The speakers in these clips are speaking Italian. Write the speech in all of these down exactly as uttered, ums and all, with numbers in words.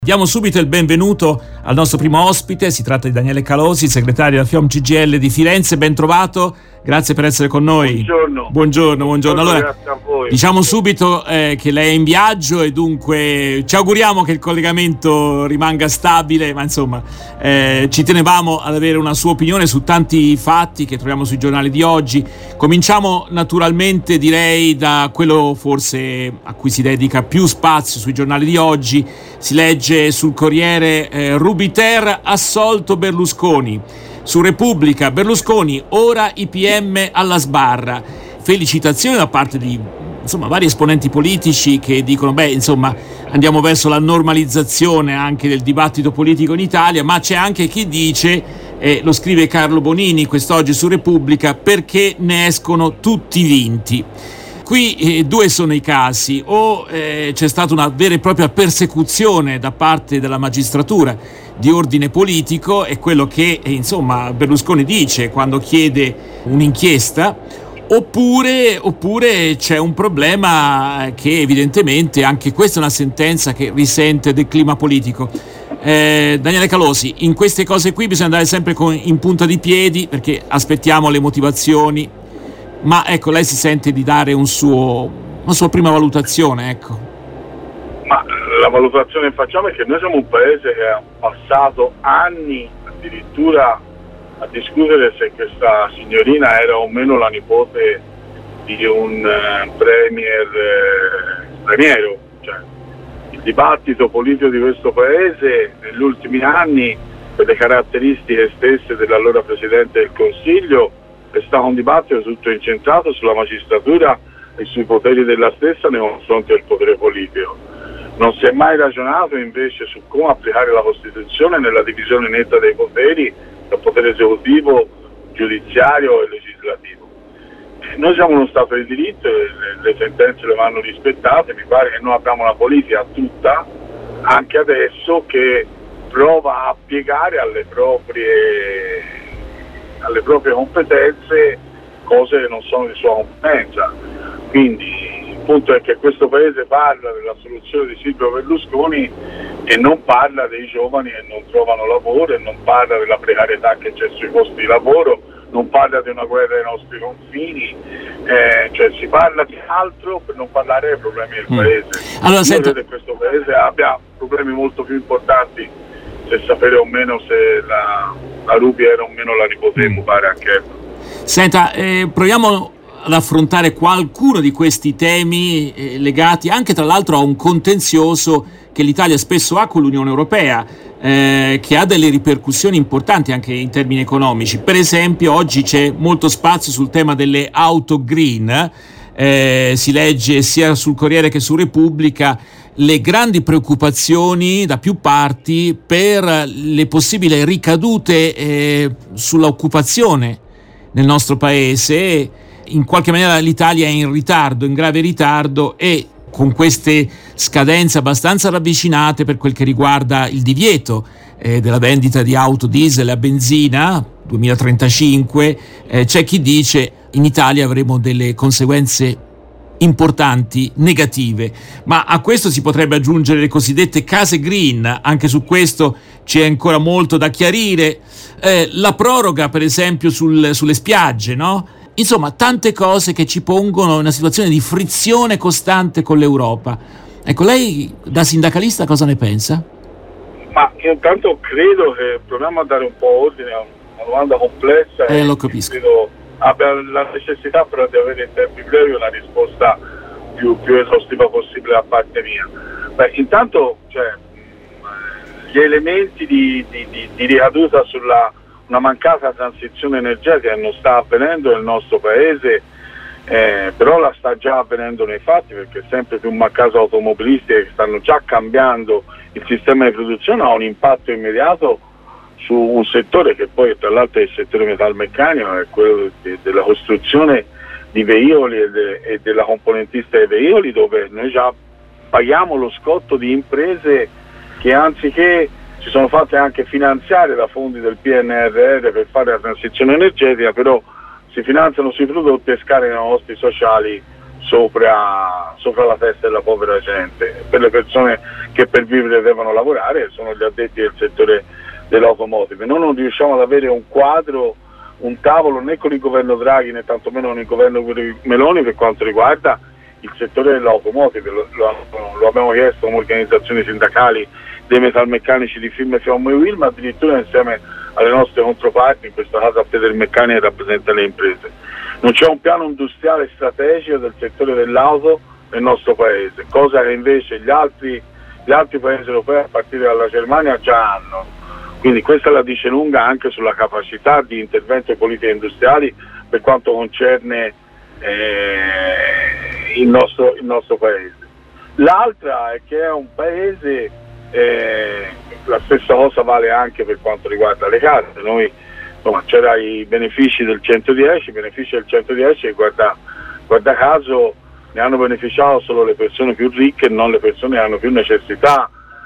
Diamo subito il benvenuto al nostro primo ospite, si tratta di Daniele Calosi, segretario della FIOM C G I L di Firenze. Ben trovato, grazie per essere con noi. Buongiorno. Buongiorno, buongiorno. Allora, grazie a voi. Diciamo subito eh, che lei è in viaggio e dunque ci auguriamo che il collegamento rimanga stabile, ma insomma eh, ci tenevamo ad avere una sua opinione su tanti fatti che troviamo sui giornali di oggi. Cominciamo naturalmente, direi, da quello forse a cui si dedica più spazio sui giornali di oggi. Si legge sul Corriere eh, Rubiter assolto Berlusconi. Su Repubblica, Berlusconi, ora I P M alla sbarra. Felicitazioni da parte di insomma vari esponenti politici che dicono beh insomma andiamo verso la normalizzazione anche del dibattito politico in Italia, ma c'è anche chi dice, eh, lo scrive Carlo Bonini quest'oggi su Repubblica, perché ne escono tutti vinti. Qui eh, due sono i casi: o eh, c'è stata una vera e propria persecuzione da parte della magistratura di ordine politico, è quello che eh, insomma Berlusconi dice quando chiede un'inchiesta, oppure, oppure c'è un problema che evidentemente anche questa è una sentenza che risente del clima politico. Eh, Daniele Calosi, in queste cose qui bisogna andare sempre con, in punta di piedi, perché aspettiamo le motivazioni. Ma ecco, lei si sente di dare un suo, una sua prima valutazione, ecco. Ma la valutazione che facciamo è che noi siamo un paese che ha passato anni addirittura a discutere se questa signorina era o meno la nipote di un uh, premier uh, straniero. Cioè, il dibattito politico di questo paese negli ultimi anni, per le caratteristiche stesse dell'allora Presidente del Consiglio, è stato un dibattito tutto incentrato sulla magistratura e sui poteri della stessa nei confronti del potere politico. Non si è mai ragionato invece su come applicare la Costituzione nella divisione netta dei poteri tra potere esecutivo, giudiziario e legislativo. Noi siamo uno Stato di diritto e le, le sentenze le vanno rispettate. Mi pare che noi abbiamo una politica tutta, anche adesso, che prova a piegare alle proprie alle proprie competenze cose che non sono di sua competenza. Quindi il punto è che questo paese parla della soluzione di Silvio Berlusconi e non parla dei giovani che non trovano lavoro, e non parla della precarietà che c'è sui posti di lavoro, non parla di una guerra ai nostri confini, eh, cioè si parla di altro per non parlare dei problemi del paese. Mm. Allora, Io sento... credo che questo paese abbia problemi molto più importanti, se sapere o meno se la, la Ruby era o meno la nipote, mi pare anche. Senta, eh, proviamo ad affrontare qualcuno di questi temi eh, legati anche tra l'altro a un contenzioso che l'Italia spesso ha con l'Unione Europea, eh, che ha delle ripercussioni importanti anche in termini economici. Per esempio oggi c'è molto spazio sul tema delle auto green, eh, si legge sia sul Corriere che su Repubblica le grandi preoccupazioni da più parti per le possibili ricadute eh, sull'occupazione nel nostro paese. In qualche maniera l'Italia è in ritardo, in grave ritardo, e con queste scadenze abbastanza ravvicinate per quel che riguarda il divieto eh, della vendita di auto diesel a benzina duemilatrentacinque, eh, c'è chi dice in Italia avremo delle conseguenze importanti negative, ma a questo si potrebbe aggiungere le cosiddette case green. Anche su questo c'è ancora molto da chiarire, eh, la proroga per esempio sul, sulle spiagge, no? Insomma tante cose che ci pongono in una situazione di frizione costante con l'Europa. Ecco, lei da sindacalista cosa ne pensa? Ma io intanto credo che proviamo a dare un po' ordine a una domanda complessa eh, e lo capisco. Credo abbia la necessità però di avere in tempi brevi una risposta più, più esaustiva possibile da parte mia. Beh, intanto cioè, gli elementi di, di, di, di ricaduta sulla una mancata transizione energetica non sta avvenendo nel nostro paese, eh, però la sta già avvenendo nei fatti, perché sempre più case automobilistiche che stanno già cambiando il sistema di produzione ha un impatto immediato su un settore che poi tra l'altro è il settore metalmeccanico, è quello de, della costruzione di veicoli e, de, e della componentistica dei veicoli, dove noi già paghiamo lo scotto di imprese che anziché si sono fatte anche finanziare da fondi del P N R R per fare la transizione energetica, però si finanziano sui prodotti e scaricano costi sociali sopra, sopra la testa della povera gente. Per le persone che per vivere devono lavorare sono gli addetti del settore dell'automotive. Noi non riusciamo ad avere un quadro, un tavolo né con il governo Draghi né tantomeno con il governo Meloni per quanto riguarda il settore dell'automotive. Lo, lo, lo abbiamo chiesto come organizzazioni sindacali dei metalmeccanici di Film, Fiamma e Will, ma addirittura insieme alle nostre controparti, in questo caso a Federmeccaniche che rappresenta le imprese. Non c'è un piano industriale strategico del settore dell'auto nel nostro paese, cosa che invece gli altri, gli altri paesi europei a partire dalla Germania già hanno. Quindi questa la dice lunga anche sulla capacità di intervento di politiche industriali per quanto concerne eh, il, nostro, il nostro paese. L'altra è che è un paese, eh, la stessa cosa vale anche per quanto riguarda le case. Noi insomma, c'era i benefici del centodieci, i benefici del centodieci e guarda, guarda caso ne hanno beneficiato solo le persone più ricche e non le persone che hanno più necessità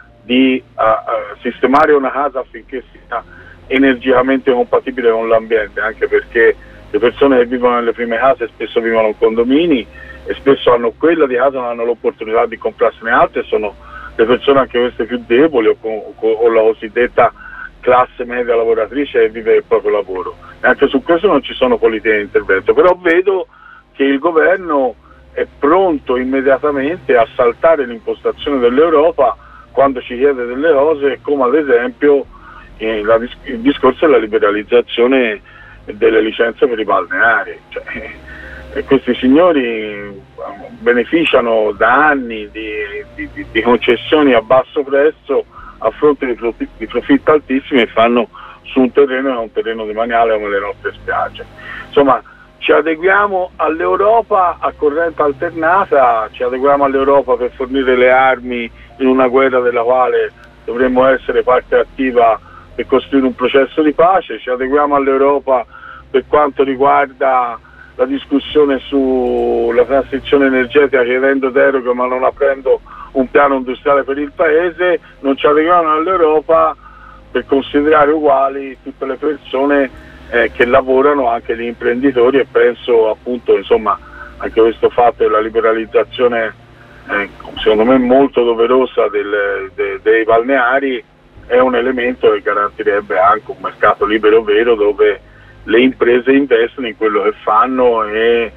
di uh, uh, sistemare una casa affinché sia energicamente compatibile con l'ambiente, anche perché le persone che vivono nelle prime case spesso vivono in condomini e spesso hanno quella di casa, non hanno l'opportunità di comprarsene altre, sono le persone anche queste più deboli o, con, o la cosiddetta classe media lavoratrice che vive il proprio lavoro. E anche su questo non ci sono politiche di intervento, però vedo che il governo è pronto immediatamente a saltare l'impostazione dell'Europa quando ci chiede delle cose, come ad esempio eh, la, il discorso della liberalizzazione delle licenze per i balneari. Cioè, eh, questi signori beneficiano da anni di, di, di concessioni a basso prezzo a fronte di profitti, di profitti altissimi e fanno su un terreno che è un terreno demaniale come le nostre spiagge. Insomma, ci adeguiamo all'Europa a corrente alternata, ci adeguiamo all'Europa per fornire le armi in una guerra della quale dovremmo essere parte attiva per costruire un processo di pace, ci adeguiamo all'Europa per quanto riguarda la discussione sulla transizione energetica chiedendo deroghe ma non aprendo un piano industriale per il paese, non ci adeguiamo all'Europa per considerare uguali tutte le persone eh, che lavorano, anche gli imprenditori, e penso appunto insomma anche questo fatto della liberalizzazione eh, secondo me molto doverosa del, de, dei balneari è un elemento che garantirebbe anche un mercato libero vero dove le imprese investono in quello che fanno e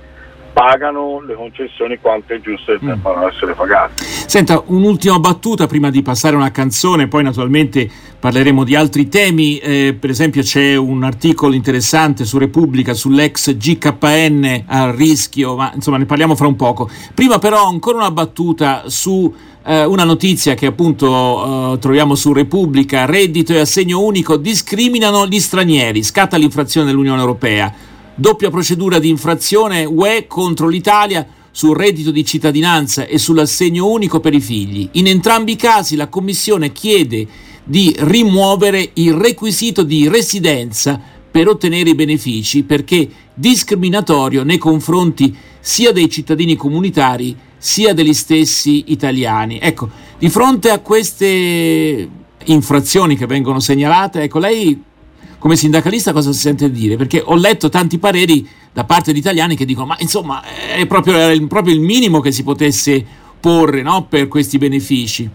pagano le concessioni quanto è giusto che debbano mm. essere pagate. Senta, un'ultima battuta prima di passare una canzone, poi naturalmente parleremo di altri temi, eh, per esempio c'è un articolo interessante su Repubblica sull'ex G K N a rischio, ma insomma ne parliamo fra un poco. Prima però ancora una battuta su eh, una notizia che appunto eh, troviamo su Repubblica: reddito e assegno unico discriminano gli stranieri, scatta l'infrazione dell'Unione Europea. Doppia procedura di infrazione U E contro l'Italia sul reddito di cittadinanza e sull'assegno unico per i figli. In entrambi i casi la Commissione chiede di rimuovere il requisito di residenza per ottenere i benefici perché discriminatorio nei confronti sia dei cittadini comunitari sia degli stessi italiani. Ecco, di fronte a queste infrazioni che vengono segnalate, ecco, lei come sindacalista cosa si sente dire? Perché ho letto tanti pareri da parte di italiani che dicono ma insomma è proprio, è proprio il minimo che si potesse porre, no, per questi benefici.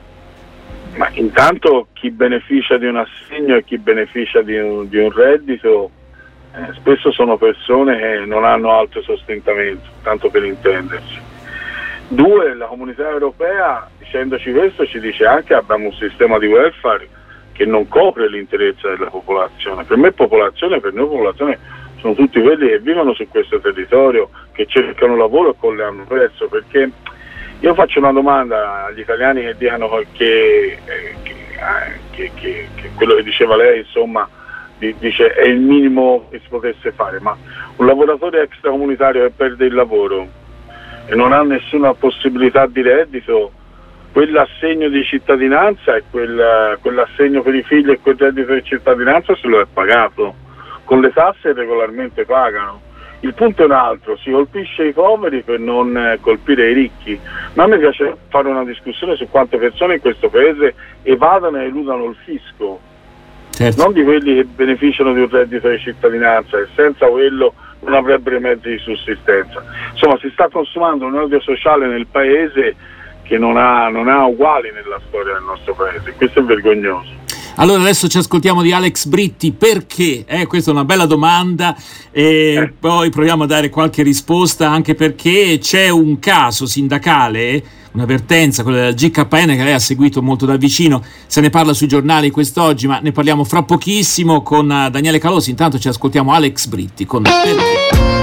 Ma intanto chi beneficia di un assegno e chi beneficia di un, di un reddito eh, spesso sono persone che non hanno altro sostentamento, tanto per intenderci. Due, la Comunità Europea dicendoci questo ci dice anche che abbiamo un sistema di welfare che non copre l'interezza della popolazione. Per me popolazione, per noi popolazione sono tutti quelli che vivono su questo territorio, che cercano lavoro e con le hanno perso, perché io faccio una domanda agli italiani che dicono che, eh, che, eh, che, che, che quello che diceva lei insomma di, dice è il minimo che si potesse fare, ma un lavoratore extracomunitario che perde il lavoro e non ha nessuna possibilità di reddito, quell'assegno di cittadinanza e quel, quell'assegno per i figli e quel reddito di cittadinanza se lo è pagato, con le tasse regolarmente pagano. Il punto è un altro, si colpisce i poveri per non colpire i ricchi, ma a me piace fare una discussione su quante persone in questo paese evadano e eludano il fisco, certo. Non di quelli che beneficiano di un reddito di cittadinanza e senza quello non avrebbero i mezzi di sussistenza. Insomma, si sta consumando un odio sociale nel paese che non ha, non ha uguali nella storia del nostro paese. Questo è vergognoso. Allora adesso ci ascoltiamo di Alex Britti, perché? Eh, questa è una bella domanda e eh. poi proviamo a dare qualche risposta, anche perché c'è un caso sindacale, un'avvertenza, quella della G K N, che lei ha seguito molto da vicino, se ne parla sui giornali quest'oggi, ma ne parliamo fra pochissimo con Daniele Calosi. Intanto ci ascoltiamo Alex Britti con Perché.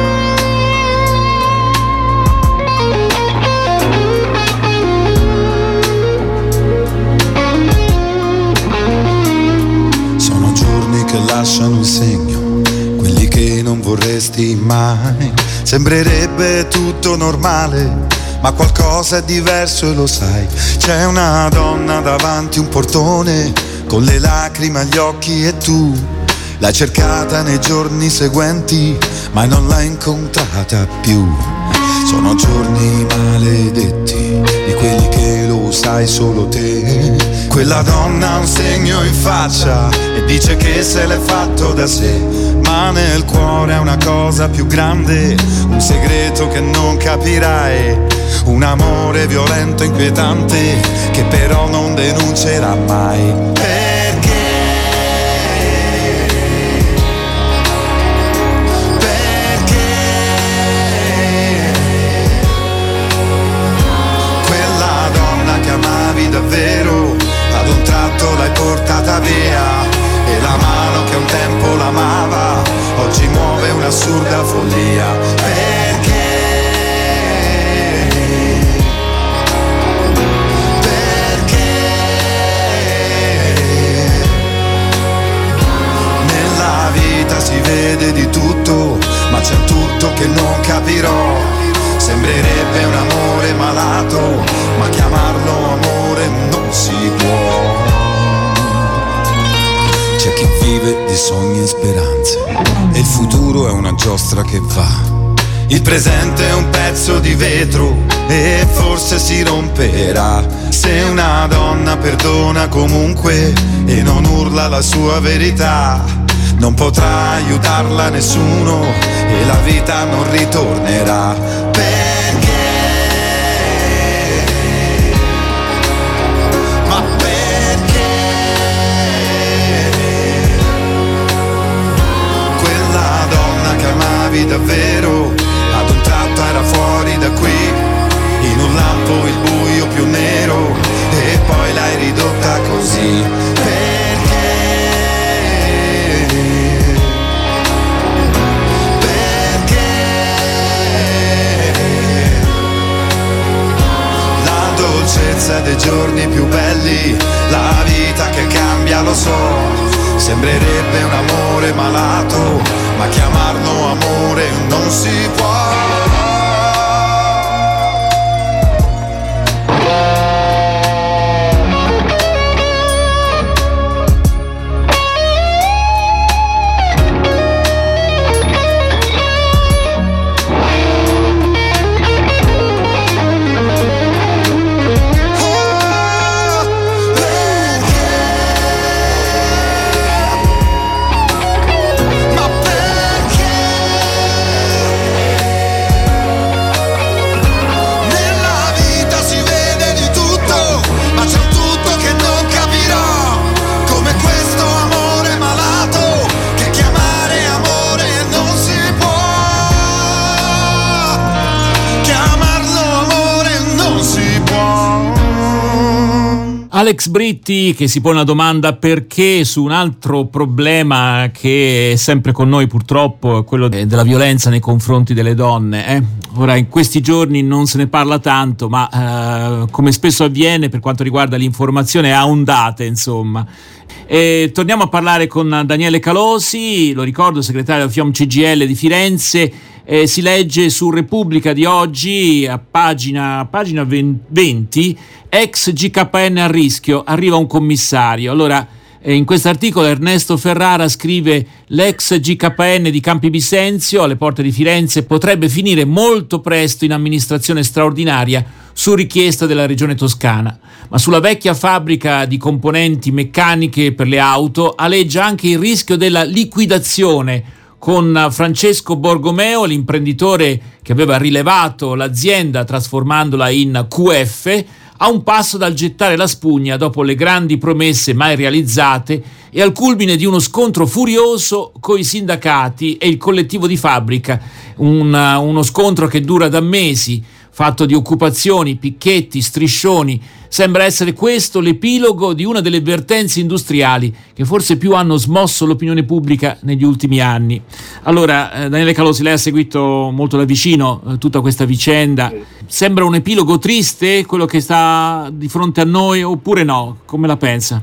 Che lasciano un segno, quelli che non vorresti mai. Sembrerebbe tutto normale, ma qualcosa è diverso e lo sai. C'è una donna davanti un portone, con le lacrime agli occhi, e tu l'hai cercata nei giorni seguenti, ma non l'hai incontrata più. Sono giorni maledetti, di quelli che lo sai solo te. Quella donna ha un segno in faccia e dice che se l'è fatto da sé, ma nel cuore è una cosa più grande, un segreto che non capirai, un amore violento e inquietante che però non denuncerà mai. Perché? Perché? Quella donna che amavi davvero, ad un tratto l'hai portata via, e la mano che un tempo l'amava oggi muove un'assurda follia. Perché? Perché? Nella vita si vede di tutto, ma c'è tutto che non capirò. Sembrerebbe un amore malato, ma chiamarlo amore non si può. C'è chi vive di sogni e speranze, e il futuro è una giostra che va. Il presente è un pezzo di vetro e forse si romperà. Se una donna perdona comunque e non urla la sua verità, non potrà aiutarla nessuno e la vita non ritornerà. Perché? Ma perché? Quella donna che amavi davvero, ad un tratto era fuori da qui, in un lampo il buio più nero, e poi l'hai ridotta così. Perché? Perché? La dolcezza dei giorni più belli, la vita che cambia, lo so. Sembrerebbe un amore malato, ma chiamarlo amore non si può. Alex Britti che si pone una domanda perché su un altro problema che è sempre con noi purtroppo, quello della violenza nei confronti delle donne. Eh? Ora in questi giorni non se ne parla tanto, ma eh, come spesso avviene per quanto riguarda l'informazione a ondate, insomma. E torniamo a parlare con Daniele Calosi, lo ricordo, segretario del FIOM C G I L di Firenze. Eh, si legge su Repubblica di oggi, a pagina, pagina venti, ex G K N a rischio, arriva un commissario. Allora, eh, in questo articolo Ernesto Ferrara scrive: l'ex G K N di Campi Bisenzio, alle porte di Firenze, potrebbe finire molto presto in amministrazione straordinaria su richiesta della Regione Toscana. Ma sulla vecchia fabbrica di componenti meccaniche per le auto aleggia anche il rischio della liquidazione, con Francesco Borgomeo, l'imprenditore che aveva rilevato l'azienda trasformandola in Q F, a un passo dal gettare la spugna dopo le grandi promesse mai realizzate e al culmine di uno scontro furioso coi sindacati e il collettivo di fabbrica, un, uno scontro che dura da mesi, fatto di occupazioni, picchetti, striscioni. Sembra essere questo l'epilogo di una delle vertenze industriali che forse più hanno smosso l'opinione pubblica negli ultimi anni. Allora, eh, Daniele Calosi, lei ha seguito molto da vicino eh, tutta questa vicenda. Sembra un epilogo triste quello che sta di fronte a noi, oppure no? Come la pensa?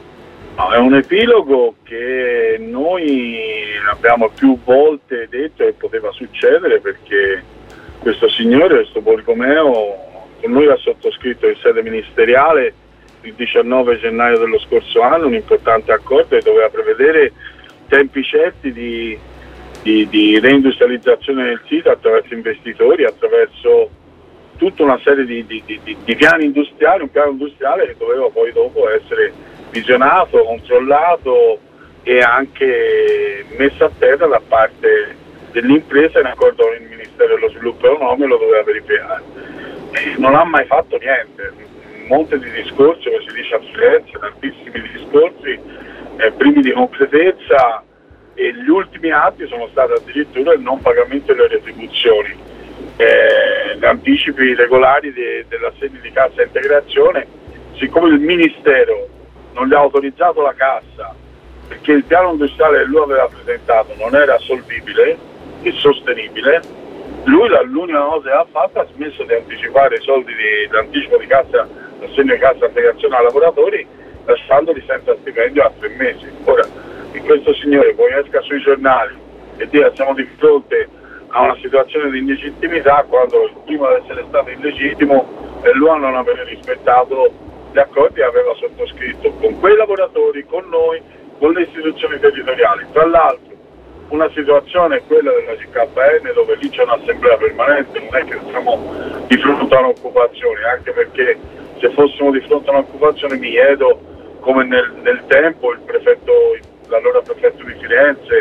No, è un epilogo che noi abbiamo più volte detto che poteva succedere, perché questo signore, questo Borgomeo, con noi ha sottoscritto in sede ministeriale il diciannove gennaio dello scorso anno un importante accordo che doveva prevedere tempi certi di, di, di reindustrializzazione del sito attraverso investitori, attraverso tutta una serie di, di, di, di piani industriali, un piano industriale che doveva poi dopo essere visionato, controllato e anche messo a terra da parte dell'impresa in accordo con il Ministero dello Sviluppo Economico, lo doveva verificare. E non ha mai fatto niente, un monte di discorsi, come si dice a Firenze, tantissimi discorsi, eh, primi di completezza, e gli ultimi atti sono stati addirittura il non pagamento delle retribuzioni, eh, gli anticipi regolari de, dell'assegno di cassa integrazione, siccome il Ministero non gli ha autorizzato la cassa perché il piano industriale che lui aveva presentato non era assolvibile e sostenibile, lui l'unica cosa che ha fatto ha smesso di anticipare i soldi di, di anticipo di cassa, l'assegno di cassa integrazione ai lavoratori, lasciandoli senza stipendio a tre mesi. Ora, che questo signore poi esca sui giornali e dica siamo di fronte a una situazione di illegittimità, quando prima di essere stato illegittimo è lui a non avere rispettato gli accordi che aveva sottoscritto con quei lavoratori, con noi, con le istituzioni territoriali. Tra l'altro una situazione è quella della C K N, dove lì c'è un'assemblea permanente, non è che siamo di fronte a un'occupazione, anche perché se fossimo di fronte a un'occupazione mi chiedo come nel, nel tempo il prefetto, l'allora prefetto di Firenze,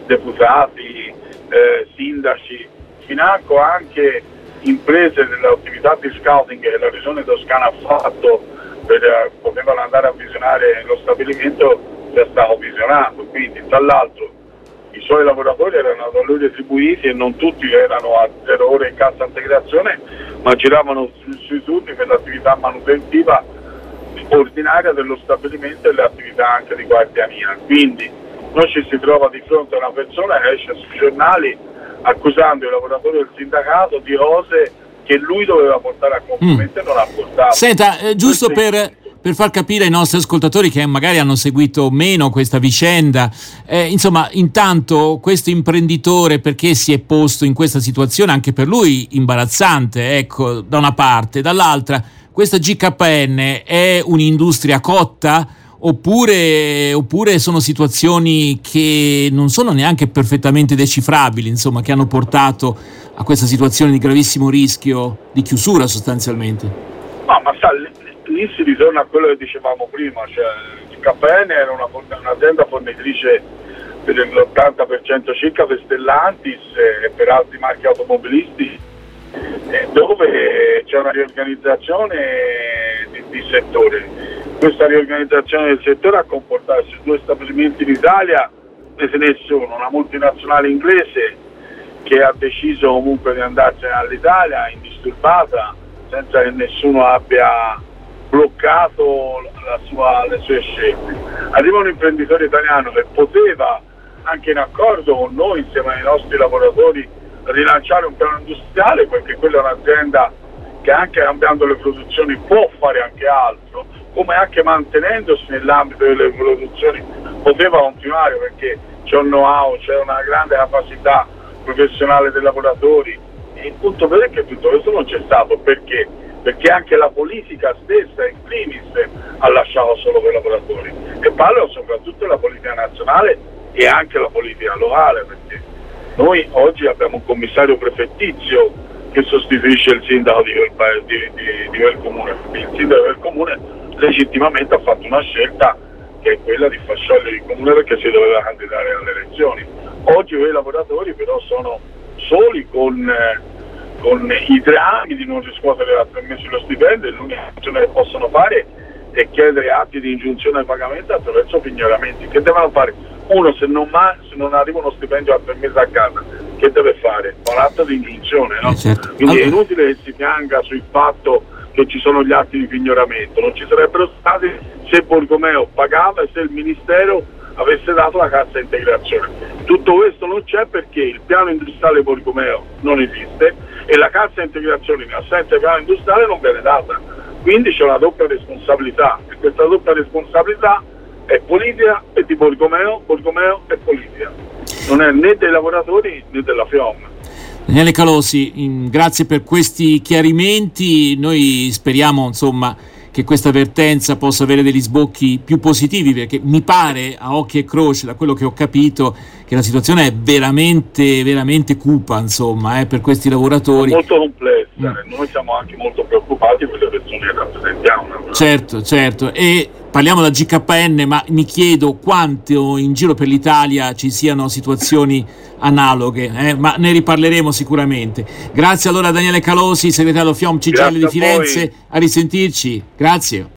deputati, eh, sindaci, financo anche imprese dell'attività di scouting che la regione Toscana ha fatto per, eh, potevano andare a visionare lo stabilimento, sia stato visionato. Quindi tra l'altro i suoi lavoratori erano da lui retribuiti e non tutti erano a zero ore in cassa integrazione, ma giravano su, sui turni per l'attività manutentiva ordinaria dello stabilimento e le attività anche di guardiania. Quindi noi ci si trova di fronte a una persona che esce sui giornali accusando i lavoratori del sindacato di cose che lui doveva portare a compimento mm. e non ha portato. Senta, eh, giusto per... Per far capire ai nostri ascoltatori che magari hanno seguito meno questa vicenda, eh, insomma, intanto questo imprenditore perché si è posto in questa situazione, anche per lui imbarazzante, ecco, da una parte, dall'altra, questa G K N è un'industria cotta oppure, oppure sono situazioni che non sono neanche perfettamente decifrabili, insomma, che hanno portato a questa situazione di gravissimo rischio di chiusura sostanzialmente? No, ma sa, lì si ritorna a quello che dicevamo prima, cioè il K N era una, un'azienda fornitrice per l'ottanta per cento circa per Stellantis e per altri marchi automobilisti, dove c'è una riorganizzazione di, di settore. Questa riorganizzazione del settore ha comportato su due stabilimenti in Italia, ne se ne sono una multinazionale inglese che ha deciso comunque di andarsene all'Italia indisturbata, senza che nessuno abbia bloccato la sua, le sue scelte. Arriva un imprenditore italiano che poteva, anche in accordo con noi, insieme ai nostri lavoratori, rilanciare un piano industriale, perché quella è un'azienda che anche cambiando le produzioni può fare anche altro, come anche mantenendosi nell'ambito delle produzioni poteva continuare, perché c'è un know-how, c'è una grande capacità professionale dei lavoratori. E il punto vero è che tutto questo non c'è stato, perché? Perché anche la politica stessa in primis ha lasciato solo quei lavoratori, e parlo soprattutto della politica nazionale e anche la politica locale, perché noi oggi abbiamo un commissario prefettizio che sostituisce il sindaco di quel, di, di, di quel comune. Il sindaco del comune legittimamente ha fatto una scelta che è quella di far sciogliere il comune perché si doveva candidare alle elezioni. Oggi quei lavoratori però sono soli con, eh, con i drammi di non riscuotere da tre mesi lo stipendio, e l'unica azione che possono fare è chiedere atti di ingiunzione al pagamento attraverso pignoramenti. Che devono fare? Uno, se non, ma, se non arriva uno stipendio a tre mesi a casa, che deve fare? Fa l'atto di ingiunzione, no? Eh, certo. Quindi allora... è inutile che si pianga sul fatto che ci sono gli atti di pignoramento, non ci sarebbero stati se Borgomeo pagava e se il Ministero avesse dato la cassa integrazione. Tutto questo non c'è perché il piano industriale Borgomeo non esiste e la cassa integrazione in assenza del piano industriale non viene data. Quindi c'è una doppia responsabilità, e questa doppia responsabilità è politica e di Borgomeo, Borgomeo è politica. Non è né dei lavoratori né della FIOM. Daniele Calosi, grazie per questi chiarimenti. Noi speriamo, insomma, che questa vertenza possa avere degli sbocchi più positivi, perché mi pare, a occhi e croce, da quello che ho capito, che la situazione è veramente, veramente cupa, insomma, eh, per questi lavoratori. È molto complessa, mm. Noi siamo anche molto preoccupati per le persone che rappresentiamo. Certo, certo, e parliamo da G K N, ma mi chiedo quanto in giro per l'Italia ci siano situazioni analoghe, eh? Ma ne riparleremo sicuramente. Grazie allora a Daniele Calosi, segretario FIOM C G I L di Firenze, a, a risentirci, grazie.